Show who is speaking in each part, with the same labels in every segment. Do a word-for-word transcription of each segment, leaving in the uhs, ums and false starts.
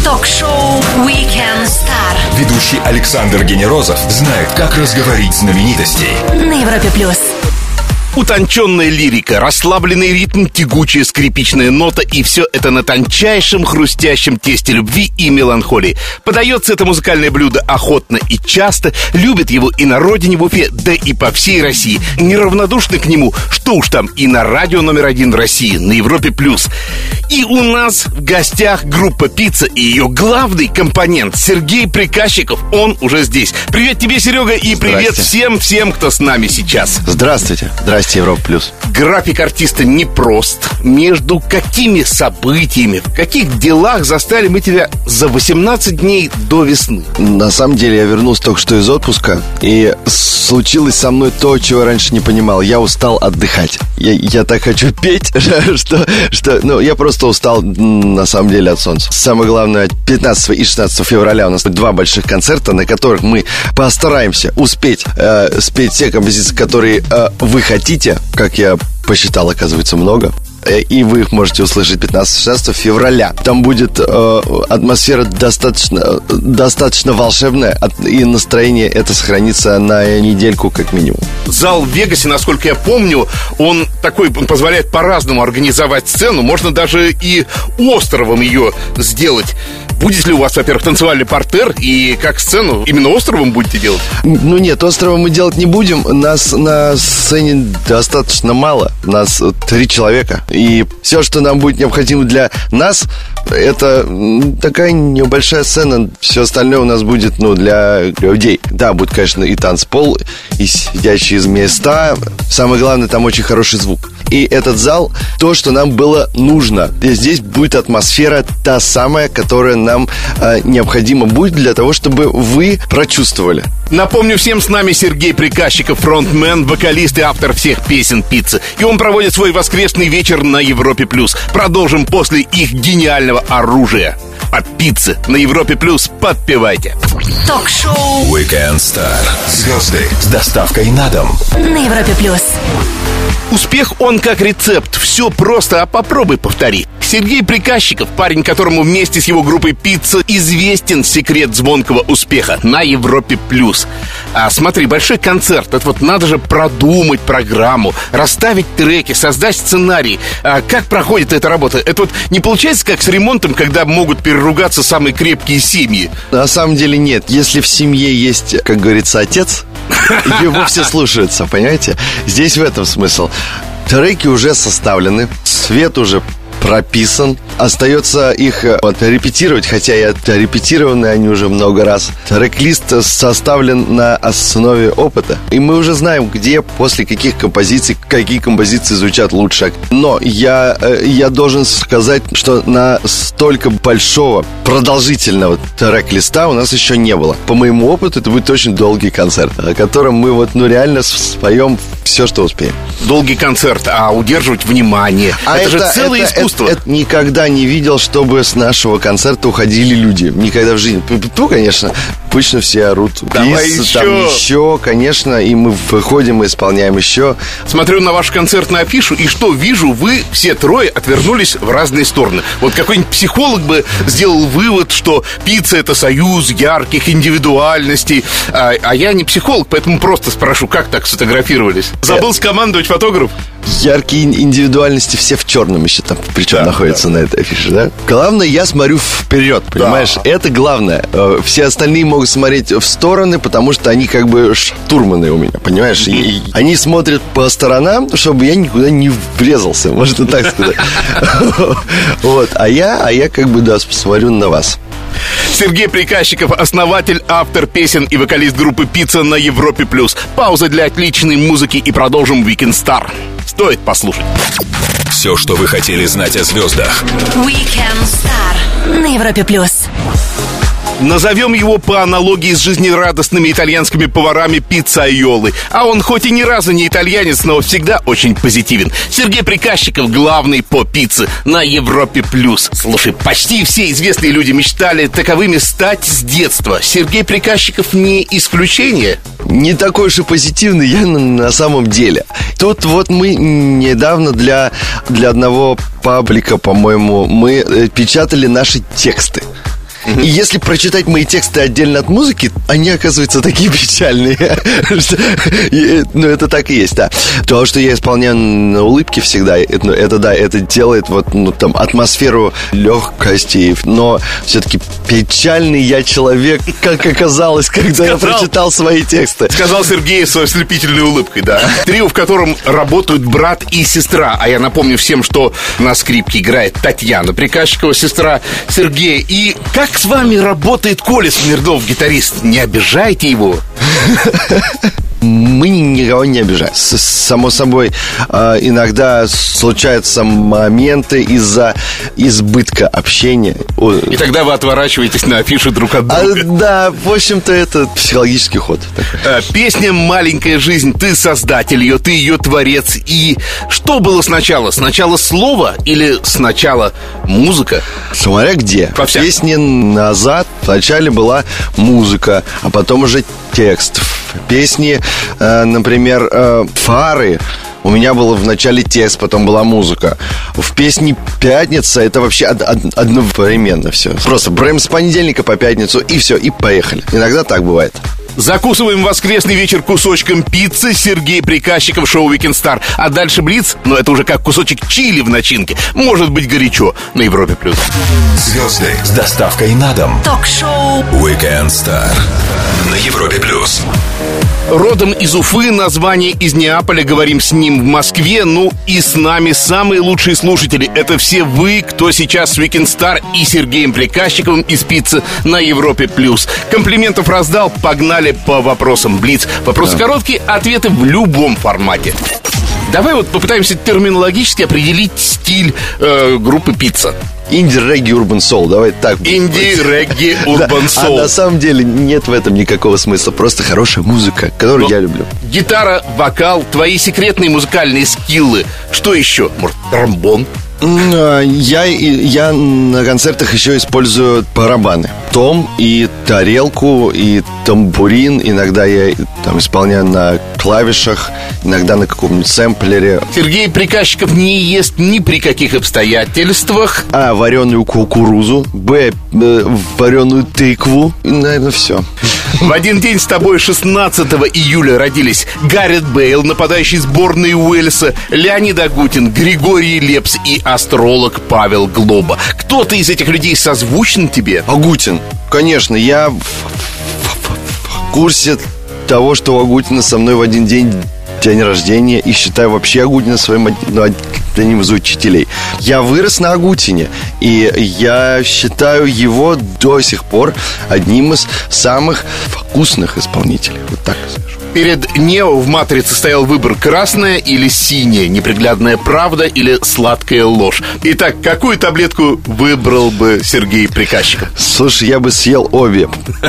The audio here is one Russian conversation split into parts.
Speaker 1: Ток-шоу Weekend Star.
Speaker 2: Ведущий Александр Генерозов знает, как разговорить знаменитостей.
Speaker 1: На Европе плюс.
Speaker 3: Утонченная лирика, расслабленный ритм, тягучая скрипичная нота, и все это на тончайшем хрустящем тесте любви и меланхолии. Подается это музыкальное блюдо охотно и часто, любят его и на родине в Уфе, да и по всей России. Неравнодушны к нему, что уж там, и на радио номер один в России, на Европе плюс. И у нас в гостях группа «Пицца» и ее главный компонент Сергей Приказчиков. Он уже здесь. Привет тебе, Серега, и привет всем-всем, кто с нами сейчас.
Speaker 4: Здравствуйте. Здрасте, Европа плюс.
Speaker 3: График артиста непрост. Между какими событиями, в каких делах застали мы тебя за восемнадцать дней до весны?
Speaker 4: На самом деле я вернулся только что из отпуска, и случилось со мной то, чего раньше не понимал. Я устал отдыхать. Я, я так хочу петь, что, что... Ну, я просто устал, на самом деле, от солнца. Самое главное, пятнадцатого и шестнадцатого февраля у нас два больших концерта, на которых мы постараемся успеть э, спеть все композиции, которые э, вы хотите. Как я посчитал, оказывается, много. И вы их можете услышать пятнадцатого-шестнадцатого февраля. Там будет э, атмосфера достаточно, достаточно волшебная, и настроение это сохранится на недельку как минимум.
Speaker 3: Зал в Вегасе, насколько я помню, он такой, он позволяет по-разному организовать сцену. Можно даже и островом ее сделать. Будет ли у вас, во-первых, танцевальный партер, и как сцену именно островом будете делать?
Speaker 4: Ну нет, островом мы делать не будем. Нас на сцене достаточно мало. Нас три человека. И все, что нам будет необходимо для нас, это такая небольшая сцена. Все остальное у нас будет, ну, для людей. Да, будет, конечно, и танцпол, и сидящие места. Самое главное, там очень хороший звук. И этот зал, то, что нам было нужно. И здесь будет атмосфера та самая, которая нам э, необходима будет для того, чтобы вы прочувствовали.
Speaker 3: Напомню всем, с нами Сергей Приказчиков, фронтмен, вокалист и автор всех песен «Пицца». И он проводит свой воскресный вечер на Европе плюс. Продолжим после их гениального оружия. От «Пиццы» на Европе плюс. Подпевайте.
Speaker 1: Ток-шоу
Speaker 2: Weekend Star. Звезды с доставкой на дом.
Speaker 1: на Европе плюс.
Speaker 3: Успех он как рецепт. Все просто, а попробуй повтори. Сергей Приказчиков, парень, которому вместе с его группой «Пицца» известен секрет звонкого успеха на Европе плюс. А смотри, большой концерт. Это вот надо же продумать программу, расставить треки, создать сценарий. А как проходит эта работа? Это вот не получается как с ремонтом, когда могут переругаться самые крепкие семьи?
Speaker 4: На самом деле нет. Если в семье есть, как говорится, отец, его все слушаются, понимаете? Здесь в этом смысл. Треки уже составлены, свет уже прописан. Остается их вот, репетировать, хотя и отрепетированы они уже много раз. Трек-лист составлен на основе опыта. И мы уже знаем, где, после каких композиций, какие композиции звучат лучше. Но я, я должен сказать, что на столько большого, продолжительного трек-листа у нас еще не было. По моему опыту, это будет очень долгий концерт, о котором мы вот, ну, реально споем все, что успеем.
Speaker 3: Долгий концерт, а удерживать внимание.
Speaker 4: А
Speaker 3: это,
Speaker 4: это
Speaker 3: же целое
Speaker 4: это,
Speaker 3: искусство.
Speaker 4: Это, это никогда не видел, чтобы с нашего концерта уходили люди. Никогда в жизни. Ну, конечно, обычно все орут.
Speaker 3: Давай
Speaker 4: Пицца,
Speaker 3: еще.
Speaker 4: Там еще, конечно. И мы выходим и исполняем еще.
Speaker 3: Смотрю на вашу концертную афишу, и что вижу, вы все трое отвернулись в разные стороны. Вот какой-нибудь психолог бы сделал вывод, что «Пицца» — это союз ярких индивидуальностей. А, а я не психолог, поэтому просто спрошу, как так сфотографировались? Забыл скомандовать фотограф?
Speaker 4: Яркие индивидуальности все в черном еще там, причем да, находятся да. на этой афише, да? Главное, я смотрю вперед, понимаешь? Да. Это главное. Все остальные могут смотреть в стороны, потому что они как бы штурманы у меня, понимаешь? Mm-hmm. И они смотрят по сторонам, чтобы я никуда не врезался, можно так сказать. Вот, а я, а я как бы, да, смотрю на вас.
Speaker 3: Сергей Приказчиков, основатель, автор песен и вокалист группы «Пицца» на Европе плюс. Пауза для отличной музыки и продолжим Weekend Star. Стоит послушать.
Speaker 2: Все, что вы хотели знать о звездах.
Speaker 1: Weekend Star на Европе плюс.
Speaker 3: Назовем его по аналогии с жизнерадостными итальянскими поварами пиццайолы. А он хоть и ни разу не итальянец, но всегда очень позитивен. Сергей Приказчиков, главный по пицце на Европе плюс. Слушай, почти все известные люди мечтали таковыми стать с детства. Сергей Приказчиков не исключение?
Speaker 4: Не такой уж и позитивный я на, на самом деле. Тут вот мы недавно для, для одного паблика, по-моему, мы печатали наши тексты. И если прочитать мои тексты отдельно от музыки, они, оказываются, такие печальные. Ну, это так и есть, да. То, что я исполняю на улыбке всегда, это, да, это делает вот, ну, там, атмосферу легкости. Но все-таки печальный я человек, как оказалось, когда я прочитал свои тексты.
Speaker 3: Сказал Сергей с ослепительной улыбкой, да. Трио, в котором работают брат и сестра. А я напомню всем, что на скрипке играет Татьяна Приказчикова, сестра Сергея. И как с вами работает Коля Смирнов, гитарист? Не обижайте его.
Speaker 4: Мы никого не обижаем. Само собой, иногда случаются моменты из-за избытка общения.
Speaker 3: И тогда вы отворачиваетесь на афишу друг от друга.
Speaker 4: А, да, в общем-то, это психологический ход.
Speaker 3: Песня «Маленькая жизнь». Ты создатель ее, ты ее творец. И что было сначала? Сначала слово или сначала музыка?
Speaker 4: Смотря где. В песне «Назад» вначале была музыка, а потом уже текст. В песне, э, например, э, «Фары» у меня было в начале текст, потом была музыка. В песне «Пятница» это вообще од- од- одновременно все. Просто брэм с понедельника по пятницу, и все, и поехали. Иногда так бывает.
Speaker 3: Закусываем воскресный вечер кусочком пиццы. Сергей Приказчиков, шоу Weekend Star. А дальше блиц, но это уже как кусочек чили в начинке. Может быть горячо на Европе+. плюс.
Speaker 2: Звезды с доставкой на дом.
Speaker 1: Ток-шоу
Speaker 2: Weekend Star на Европе+. плюс.
Speaker 3: Родом из Уфы, название из Неаполя. Говорим с ним в Москве. Ну и с нами самые лучшие слушатели. Это все вы, кто сейчас с Weekend Star и Сергеем Приказчиковым из пиццы на Европе+. плюс. Комплиментов раздал, погнали по вопросам. Блиц. Вопросы да. короткие, ответы в любом формате. Давай вот попытаемся терминологически определить стиль э, группы «Пицца».
Speaker 4: Инди, регги, урбан соул. Давай так.
Speaker 3: Инди, регги, урбан соул.
Speaker 4: А на самом деле нет в этом никакого смысла. Просто хорошая музыка, которую
Speaker 3: Но
Speaker 4: я люблю.
Speaker 3: Гитара, вокал, твои секретные музыкальные скиллы. Что еще? Может, тромбон?
Speaker 4: Я, я на концертах еще использую барабаны. Том и тарелку, и тамбурин. Иногда я там исполняю на клавишах, иногда на каком-нибудь сэмплере.
Speaker 3: Сергей Приказчиков не ест ни при каких обстоятельствах.
Speaker 4: А, вареную кукурузу. Б, э, вареную тыкву. И, наверное, все.
Speaker 3: В один день с тобой шестнадцатого июля родились Гаррет Бейл, нападающий сборной Уэльса, Леонид Агутин, Григорий Лепс и астролог Павел Глоба. Кто-то из этих людей созвучен тебе?
Speaker 4: Агутин, конечно, я в, в, в, в курсе того, что у Агутина со мной в один день день рождения, и считаю вообще Агутина своим одним из учителей. Я вырос на Агутине, и я считаю его до сих пор одним из самых вкусных исполнителей. Вот так скажу.
Speaker 3: Перед Нео в «Матрице» стоял выбор: красная или синяя, неприглядная правда или сладкая ложь. Итак, какую таблетку выбрал бы Сергей Приказчиков?
Speaker 4: Слушай, я бы съел обе.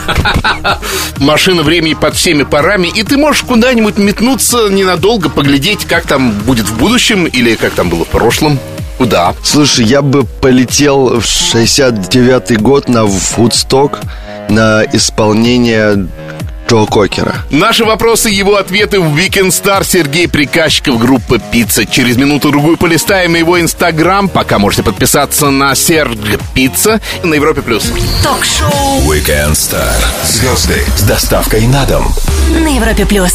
Speaker 3: Машина времени под всеми парами, и ты можешь куда-нибудь метнуться ненадолго, поглядеть, как там будет в будущем или как там было в прошлом. Куда?
Speaker 4: Слушай, я бы полетел в шестьдесят девятый год на Вудсток на исполнение Джо Кокера.
Speaker 3: Наши вопросы, его ответы в Weekend Star. Сергей Приказчиков, группа «Пицца». Через минуту-другую полистаем его инстаграм. Пока можете подписаться на Серж Пицца на Европе+. плюс.
Speaker 1: Ток-шоу
Speaker 2: Weekend Star. Звезды с доставкой на дом
Speaker 1: на Европе+. плюс.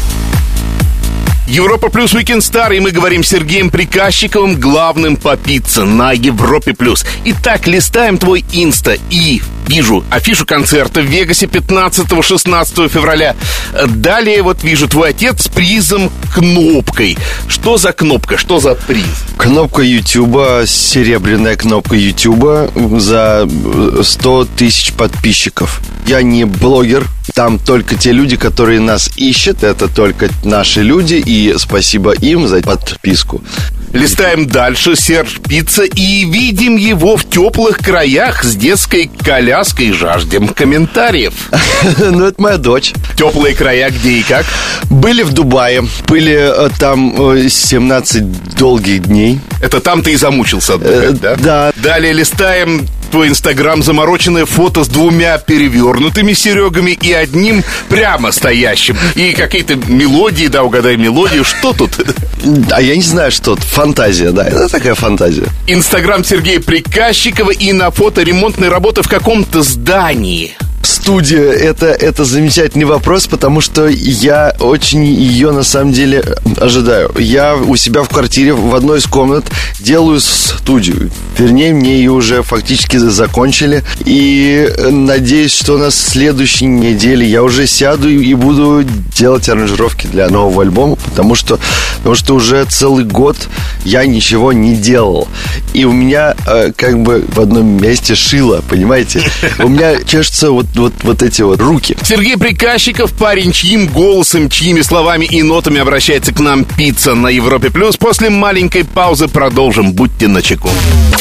Speaker 3: Европа плюс Weekend Star, и мы говорим с Сергеем Приказчиковым, главным по пицце на Европе плюс. Итак, листаем твой инста и вижу афишу концерта в Вегасе пятнадцатого-шестнадцатого февраля. Далее вот вижу твой отец с призом кнопкой. Что за кнопка, что за приз?
Speaker 4: Кнопка Ютуба, серебряная кнопка Ютуба за сто тысяч подписчиков. Я не блогер, там только те люди, которые нас ищут. Это только наши люди, и спасибо им за подписку.
Speaker 3: Листаем дальше. Серж Пицца, и видим его в теплых краях с детской коляской. Жаждем комментариев.
Speaker 4: Ну, это моя дочь.
Speaker 3: Теплые края где и как?
Speaker 4: Были в Дубае. Были там семнадцать долгих дней.
Speaker 3: Это там ты и замучился отдыхать, да?
Speaker 4: Да.
Speaker 3: Далее листаем. в твой инстаграм замороченное фото с двумя перевернутыми Серегами и одним прямо стоящим. И какие-то мелодии, да, угадай мелодию. Что тут?
Speaker 4: А я не знаю, что это. Фантазия, да, это такая фантазия.
Speaker 3: Инстаграм Сергея Приказчикова, и на фото ремонтной работы в каком-то здании.
Speaker 4: Студия, это, это замечательный вопрос, потому что я очень ее на самом деле ожидаю. Я у себя в квартире в одной из комнат делаю студию. Вернее, мне ее уже фактически закончили. И надеюсь, что на следующей неделе я уже сяду и буду делать аранжировки для нового альбома, потому что, потому что уже целый год я ничего не делал. И у меня э, как бы в одном месте шило, понимаете? У меня чешется вот Вот, вот эти вот руки.
Speaker 3: Сергей Приказчиков, парень, чьим голосом, чьими словами и нотами обращается к нам пицца на Европе Плюс. После маленькой паузы продолжим. Будьте начеку.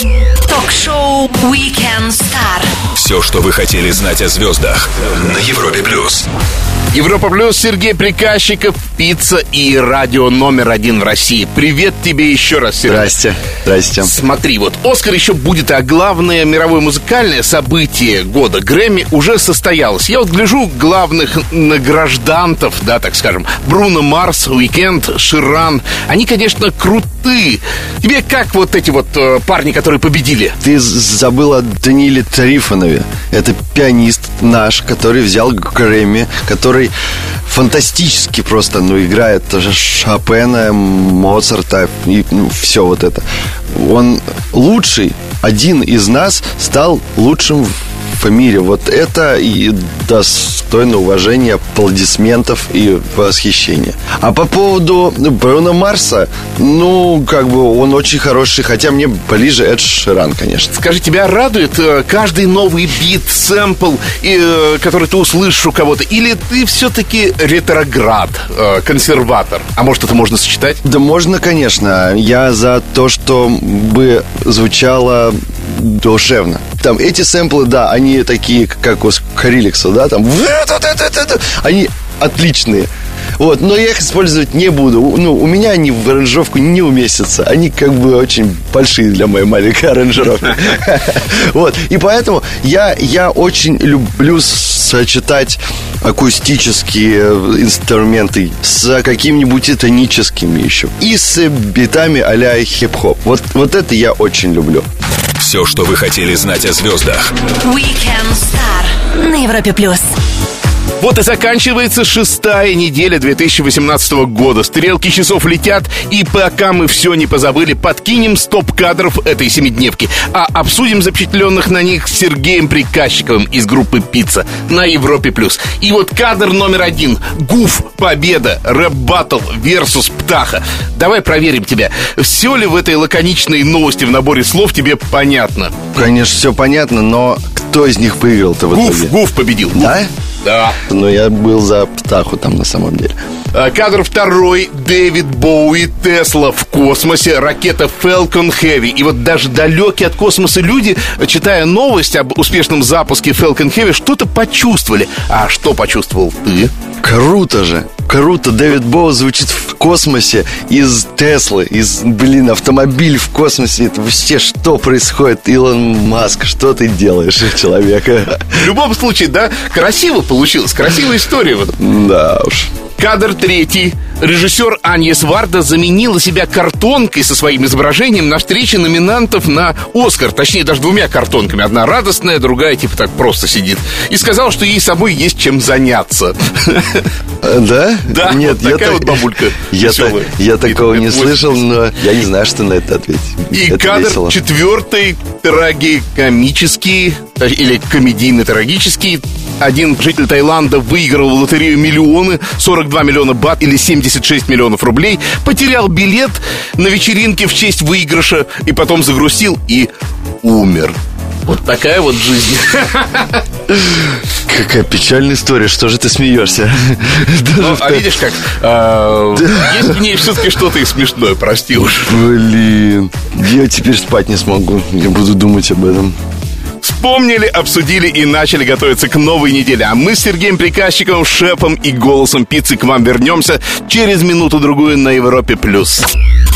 Speaker 1: Ток-шоу Weekend Star.
Speaker 2: Все, что вы хотели знать о звездах на Европе Плюс.
Speaker 3: Европа Плюс, Сергей Приказчиков, пицца и радио номер один в России. Привет тебе еще раз, Сергей.
Speaker 4: Здрасте. Здрасте.
Speaker 3: Смотри, вот Оскар еще будет, а главное мировое музыкальное событие года Грэмми уже состоялось. Я вот гляжу главных награждантов, да, так скажем, Бруно Марс, Уикенд, Ширан. Они, конечно, крутые. Тебе как вот эти вот э, парни, которые победили?
Speaker 4: Ты забыл о Данииле Трифонове. Это пианист наш, который взял Грэмми, который фантастически просто, ну, играет тоже Шопена, Моцарта и ну, все вот это. Он лучший, один из нас стал лучшим в мире. Вот это и достойно уважения, аплодисментов и восхищения. А по поводу Бруно Марса, ну, как бы он очень хороший, хотя мне ближе Эд Ширан, конечно.
Speaker 3: Скажи, тебя радует э, каждый новый бит, сэмпл, и, э, который ты услышишь у кого-то? Или ты все-таки ретроград, э, консерватор? А может, это можно сочетать?
Speaker 4: Да можно, конечно. Я за то, чтобы звучало душевно. Там эти сэмплы, да, они такие, как у Скриллекса, да, там они отличные. Вот, но я их использовать не буду. Ну, у меня они в аранжировку не уместятся. Они как бы очень большие для моей маленькой аранжировки. Вот, и поэтому я, я очень люблю сочетать акустические инструменты с какими-нибудь тоническими еще. И с битами а-ля хип-хоп. Вот, вот это я очень люблю.
Speaker 2: Все, что вы хотели знать о звездах.
Speaker 1: Weekend Star на Европе Плюс.
Speaker 3: Вот и заканчивается шестая неделя две тысячи восемнадцатого года. Стрелки часов летят, и пока мы все не позабыли, подкинем стоп-кадров этой семидневки, а обсудим запечатленных на них с Сергеем Приказчиковым из группы «Пицца» на Европе+. И вот кадр номер один. Гуф, победа, рэп-баттл versus Птаха. Давай проверим тебя. Все ли в этой лаконичной новости в наборе слов тебе понятно?
Speaker 4: Конечно, все понятно, но кто из них выиграл-то в итоге?
Speaker 3: Гуф, Гуф победил.
Speaker 4: Да?
Speaker 3: Да.
Speaker 4: Но я был за Птаху там на самом деле.
Speaker 3: Кадр второй. Дэвид Боуи, Тесла в космосе, ракета Falcon Heavy. И вот даже далекие от космоса люди, читая новость об успешном запуске Falcon Heavy, что-то почувствовали. А что почувствовал ты?
Speaker 4: Круто же. Круто, Дэвид Боуи звучит в космосе из Теслы, из, блин, автомобиль в космосе. Это вообще что происходит? Илон Маск, что ты делаешь, человека?
Speaker 3: В любом случае, да, красиво получилось, красивая история. Вот.
Speaker 4: Да уж.
Speaker 3: Кадр третий. Режиссер Аньес Варда заменила себя картонкой со своим изображением на встрече номинантов на «Оскар». Точнее, даже двумя картонками. Одна радостная, другая типа так просто сидит. И сказала, что ей самой есть чем заняться.
Speaker 4: Да?
Speaker 3: Да,
Speaker 4: нет,
Speaker 3: вот такая
Speaker 4: я
Speaker 3: вот бабулька
Speaker 4: Я, та, я такого не слышал, но я не знаю, что на это ответить.
Speaker 3: И
Speaker 4: это
Speaker 3: кадр
Speaker 4: весело.
Speaker 3: четвертый. Трагикомический или комедийно-трагический. Один житель Таиланда выиграл в лотерею миллионы, сорок два миллиона бат или семьдесят шесть миллионов рублей, потерял билет на вечеринке в честь выигрыша и потом загрустил и умер. Вот такая вот жизнь.
Speaker 4: Какая печальная история, что же ты смеешься?
Speaker 3: Ну, а видишь как, а, есть в ней все-таки что-то и смешное, прости уж.
Speaker 4: Блин, я теперь спать не смогу, я буду думать об этом.
Speaker 3: Вспомнили, обсудили и начали готовиться к новой неделе. А мы с Сергеем Приказчиковым, шефом и голосом пиццы к вам вернемся через минуту-другую на Европе+.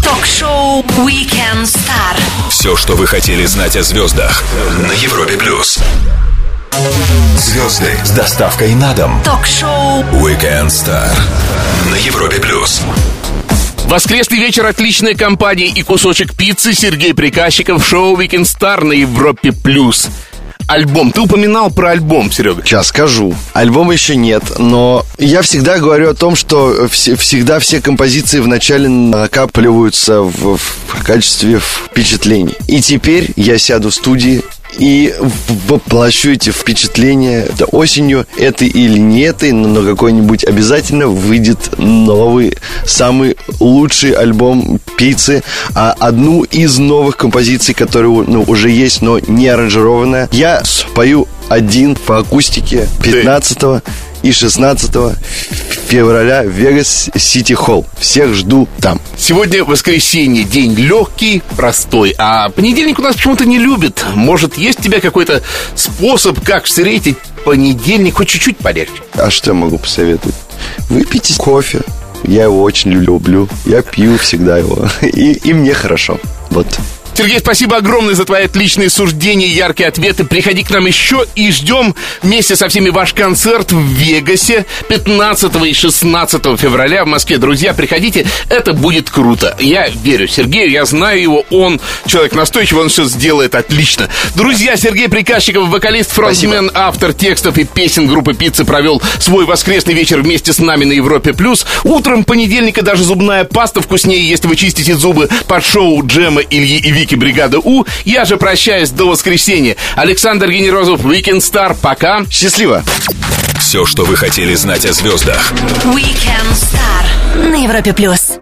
Speaker 1: Ток-шоу Weekend Star.
Speaker 2: Все, что вы хотели знать о звездах на Европе плюс. Звезды с доставкой на дом.
Speaker 1: Ток-шоу
Speaker 2: Weekend Star на Европе плюс.
Speaker 3: Воскресный вечер, отличная компания и кусочек пиццы. Сергей Приказчиков, шоу Weekend Star на Европе плюс. Альбом. Ты упоминал про альбом, Серега.
Speaker 4: Сейчас скажу. Альбома еще нет, но я всегда говорю о том, что вс- всегда все композиции вначале накапливаются в, в качестве впечатлений. И теперь я сяду в студии и воплощу эти впечатления. Да, осенью, этой или не этой, но какой-нибудь обязательно выйдет новый, самый лучший альбом пиццы. А одну из новых композиций, которая ну, уже есть, но не аранжированная, я спою один по акустике пятнадцатого и шестнадцатого февраля в Вегас Сити Холл. Всех жду там.
Speaker 3: Сегодня воскресенье, день легкий, простой. А понедельник у нас почему-то не любит. Может, есть у тебя какой-то способ, как встретить понедельник хоть чуть-чуть полегче?
Speaker 4: А что я могу посоветовать? Выпейте кофе. Я его очень люблю. Я пью всегда его. И, и мне хорошо. Вот.
Speaker 3: Сергей, спасибо огромное за твои отличные суждения, яркие ответы. Приходи к нам еще и ждем вместе со всеми ваш концерт в Вегасе пятнадцатого и шестнадцатого февраля в Москве. Друзья, приходите, это будет круто. Я верю Сергею, я знаю его, он человек настойчивый, он все сделает отлично. Друзья, Сергей Приказчиков, вокалист, фронтмен, автор текстов и песен группы «Пицца», провел свой воскресный вечер вместе с нами на Европе+. Утром понедельника даже зубная паста вкуснее, если вы чистите зубы под шоу Джема, Ильи и Вики «Бригада У». Я же прощаюсь до воскресенья. Александр Генерозов, Weekend Star. Пока.
Speaker 4: Счастливо.
Speaker 2: Все, что вы хотели знать о звездах.
Speaker 1: Weekend Star на Европе плюс.